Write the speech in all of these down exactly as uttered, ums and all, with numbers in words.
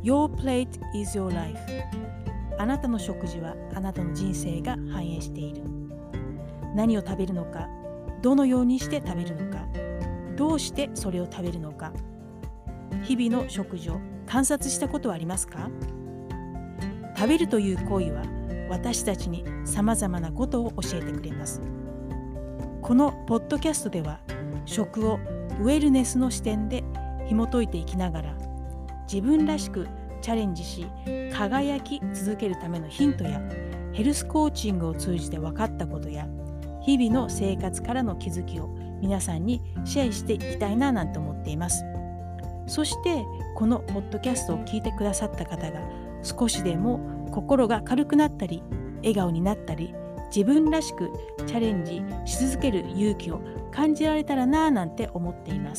Your plate is your life. あなたの食事はあなたの人生が反映している。何を食べるのか、どのようにして食べるのか、どうしてそれを食べるのか、日々の食事を観察したことはありますか？食べるという行為は私たちにさまざまなことを教えてくれます。このポッドキャストでは食をウェルネスの視点で紐解いていきながら、自分らしくチャレンジし輝き続けるためのヒントや、ヘルスコーチングを通じて分かったことや、日々の生活からの気づきを皆さんにシェアしていきたいななんて思っています。そしてこのポッドキャストを聞いてくださった方が少しでも心が軽くなったり、笑顔になったり、自分らしくチャレンジし続ける勇気を感じられたらなぁなんて思っています。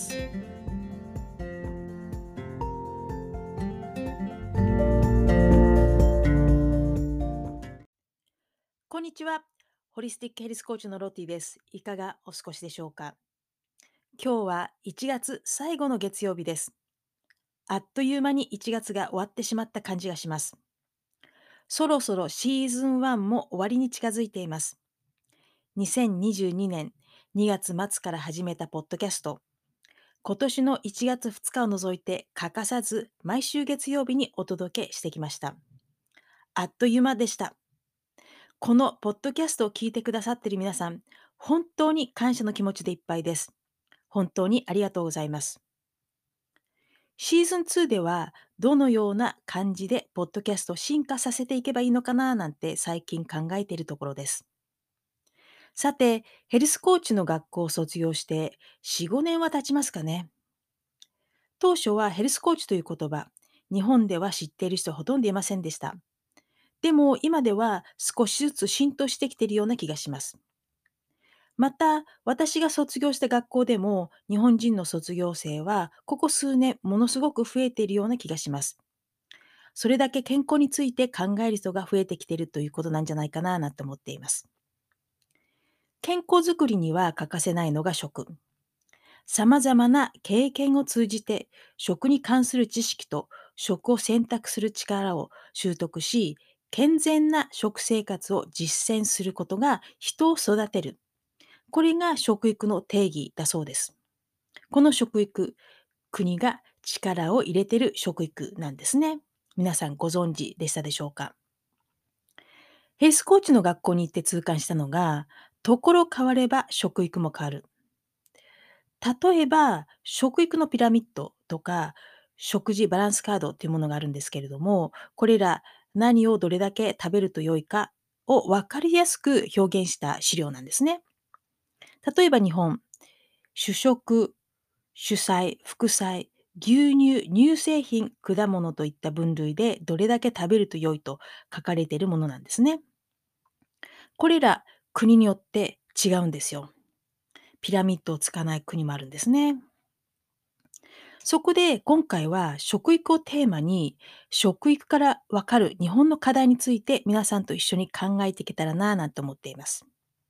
こんにちは。ホリスティックヘルスコーチのロティです。いかがお過ごしでしょうか？今日はいちがつ最後の月曜日です。あっという間にいちがつが終わってしまった感じがします。そろそろシーズンワンも終わりに近づいています。にせんにじゅうにねんにがつ末から始めたポッドキャスト。今年のいちがつふつかを除いて欠かさず毎週月曜日にお届けしてきました。あっという間でした。このポッドキャストを聞いてくださっている皆さん、本当に感謝の気持ちでいっぱいです。本当にありがとうございます。シーズンツーではどのような感じでポッドキャストを進化させていけばいいのかななんて最近考えているところです。さて、ヘルスコーチの学校を卒業してよん、ごねんは経ちますかね。当初はヘルスコーチという言葉、日本では知っている人はほとんどいませんでした。でも今では少しずつ浸透してきているような気がします。また、私が卒業した学校でも日本人の卒業生はここ数年ものすごく増えているような気がします。それだけ健康について考える人が増えてきているということなんじゃないかななんて思っています。健康づくりには欠かせないのが食。様々な経験を通じて食に関する知識と食を選択する力を習得し、健全な食生活を実践することが人を育てる。これが食育の定義だそうです。この食育、国が力を入れている食育なんですね。皆さんご存知でしたでしょうか？ヘルスコーチの学校に行って痛感したのが、ところ変われば食育も変わる。例えば、食育のピラミッドとか、食事バランスカードというものがあるんですけれども、これら何をどれだけ食べると良いかを分かりやすく表現した資料なんですね。例えば日本、主食、主菜、副菜、牛乳、乳製品、果物といった分類でどれだけ食べると良いと書かれているものなんですね。これら国によって違うんですよ。ピラミッドをつかない国もあるんですね。そこで今回は食育をテーマに、食育からわかる日本の課題について皆さんと一緒に考えていけたらなぁなんて思っています。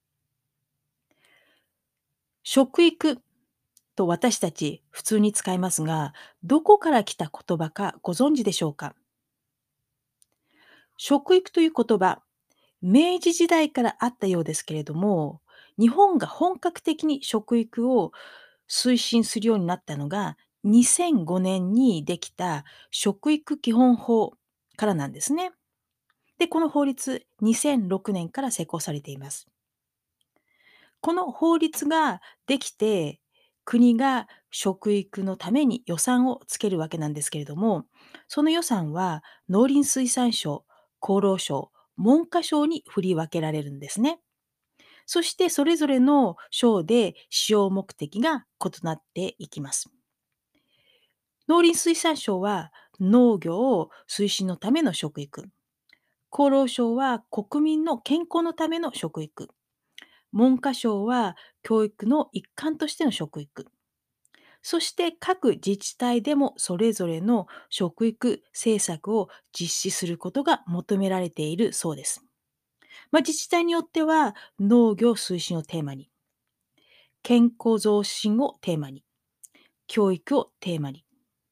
食育と私たち普通に使いますが、どこから来た言葉かご存知でしょうか？食育という言葉、明治時代からあったようですけれども、日本が本格的に食育を推進するようになったのが、にせんごねんにできた食育基本法からなんですね。で、この法律、にせんろくねんから施行されています。この法律ができて、国が食育のために予算をつけるわけなんですけれども、その予算は農林水産省、厚労省、文科省に振り分けられるんですね。そしてそれぞれの省で使用目的が異なっていきます。農林水産省は農業推進のための食育。厚労省は国民の健康のための食育。文科省は教育の一環としての食育。そして各自治体でもそれぞれの食育政策を実施することが求められているそうです。まあ、自治体によっては農業推進をテーマに、健康増進をテーマに、教育をテーマに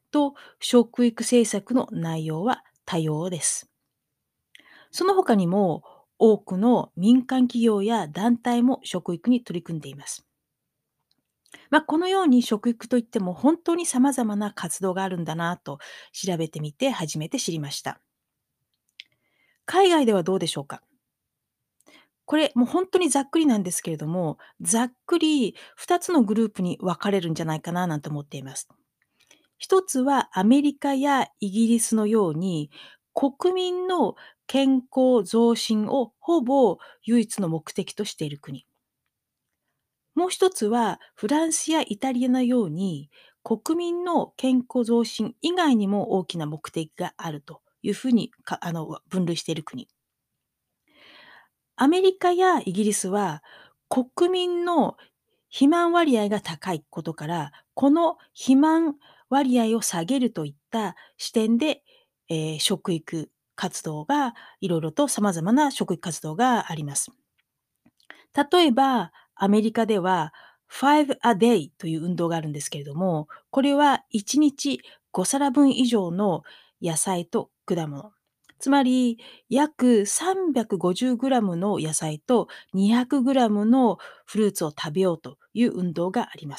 と食育政策の内容は多様です。その他にも多くの民間企業や団体も食育に取り組んでいます。まあ、このように食育といっても本当に様々な活動があるんだなと調べてみて初めて知りました。海外ではどうでしょうか？これもう本当にざっくりなんですけれども、ざっくりふたつのグループに分かれるんじゃないかななんて思っています。一つはアメリカやイギリスのように、国民の健康増進をほぼ唯一の目的としている国。もう一つはフランスやイタリアのように、国民の健康増進以外にも大きな目的があるというふうにかあの分類している国。アメリカやイギリスは国民の肥満割合が高いことから、この肥満割合を下げるといった視点で、えー食育活動がいろいろと様々な食育活動があります。例えば、アメリカでは Five a Day という運動があるんですけれども、これはいちにちご皿分以上の野菜と果物。つまり、約さんびゃくごじゅうグラムの野菜とにひゃくグラムのフルーツを食べようという運動があります。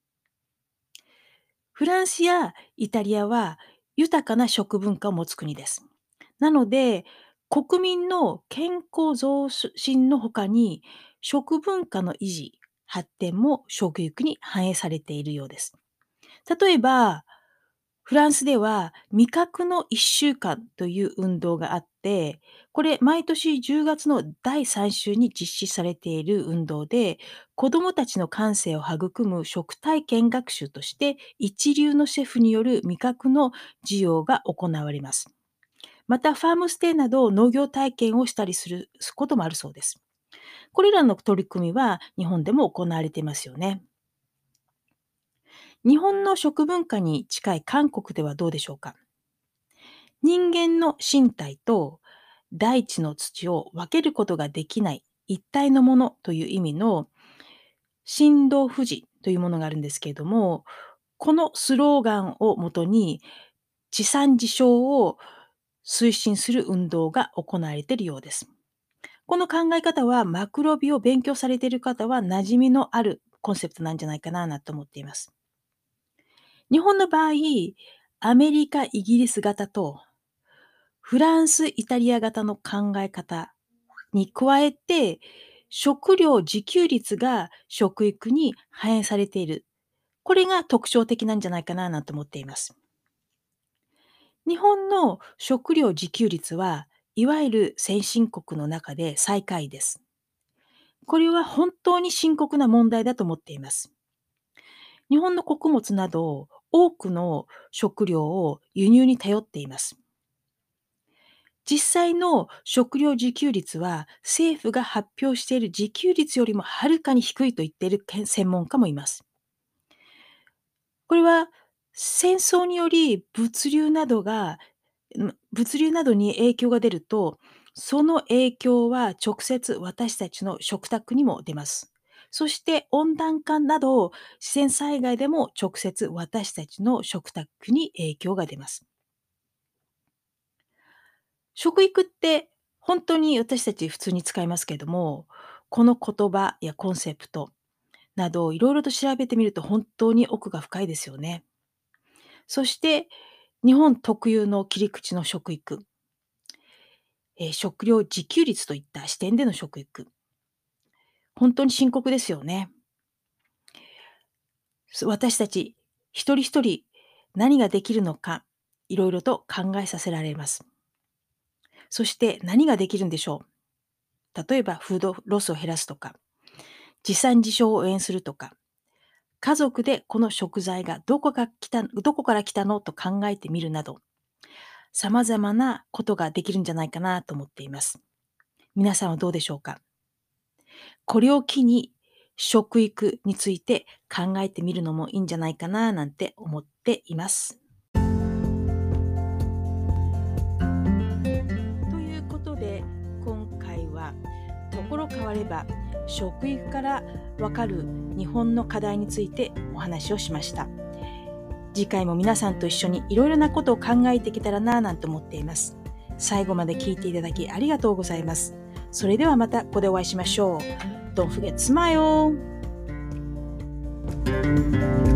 フランスやイタリアは豊かな食文化を持つ国です。なので、国民の健康増進の他に、食文化の維持、発展も食育に反映されているようです。例えば、フランスでは味覚のいっしゅうかんという運動があって、これ毎年じゅうがつのだいさん週に実施されている運動で、子どもたちの感性を育む食体験学習として、一流のシェフによる味覚の授業が行われます。また、ファームステイなど農業体験をしたりすることもあるそうです。これらの取り組みは日本でも行われていますよね。日本の食文化に近い韓国ではどうでしょうか？人間の身体と大地の土を分けることができない一体のものという意味の振動富士というものがあるんですけれども、このスローガンをもとに地産地消を推進する運動が行われているようです。この考え方はマクロビを勉強されている方は馴染みのあるコンセプトなんじゃないかななと思っています。日本の場合、アメリカ、イギリス型とフランス、イタリア型の考え方に加えて、食料自給率が食育に反映されている。これが特徴的なんじゃないかななんて思っています。日本の食料自給率はいわゆる先進国の中で最下位です。これは本当に深刻な問題だと思っています。日本の穀物など多くの食料を輸入に頼っています。実際の食料自給率は政府が発表している自給率よりもはるかに低いと言っているけん専門家もいます。これは戦争により物流などがん物流などに影響が出ると、その影響は直接私たちの食卓にも出ます。そして温暖化など自然災害でも直接私たちの食卓に影響が出ます。食育って本当に私たち普通に使いますけれども、この言葉やコンセプトなどいろいろと調べてみると本当に奥が深いですよね。そして日本特有の切り口の食育、えー食料自給率といった視点での食育、本当に深刻ですよね。す私たち一人一人何ができるのか、いろいろと考えさせられます。そして何ができるんでしょう。例えばフードロスを減らすとか、地産地消を応援するとか、家族でこの食材がどこか来たどこから来たのと考えてみるなど、様々なことができるんじゃないかなと思っています。皆さんはどうでしょうか？これを機に食育について考えてみるのもいいんじゃないかななんて思っています。ということで、今回はところ変われば食育からわかる日本の課題についてお話をしました。 次回も皆さんと一緒にいろいろなことを考えていけたらなぁなんて思っています。最後まで聞いていただきありがとうございます。それではまたここでお会いしましょう。Don't forget to smile!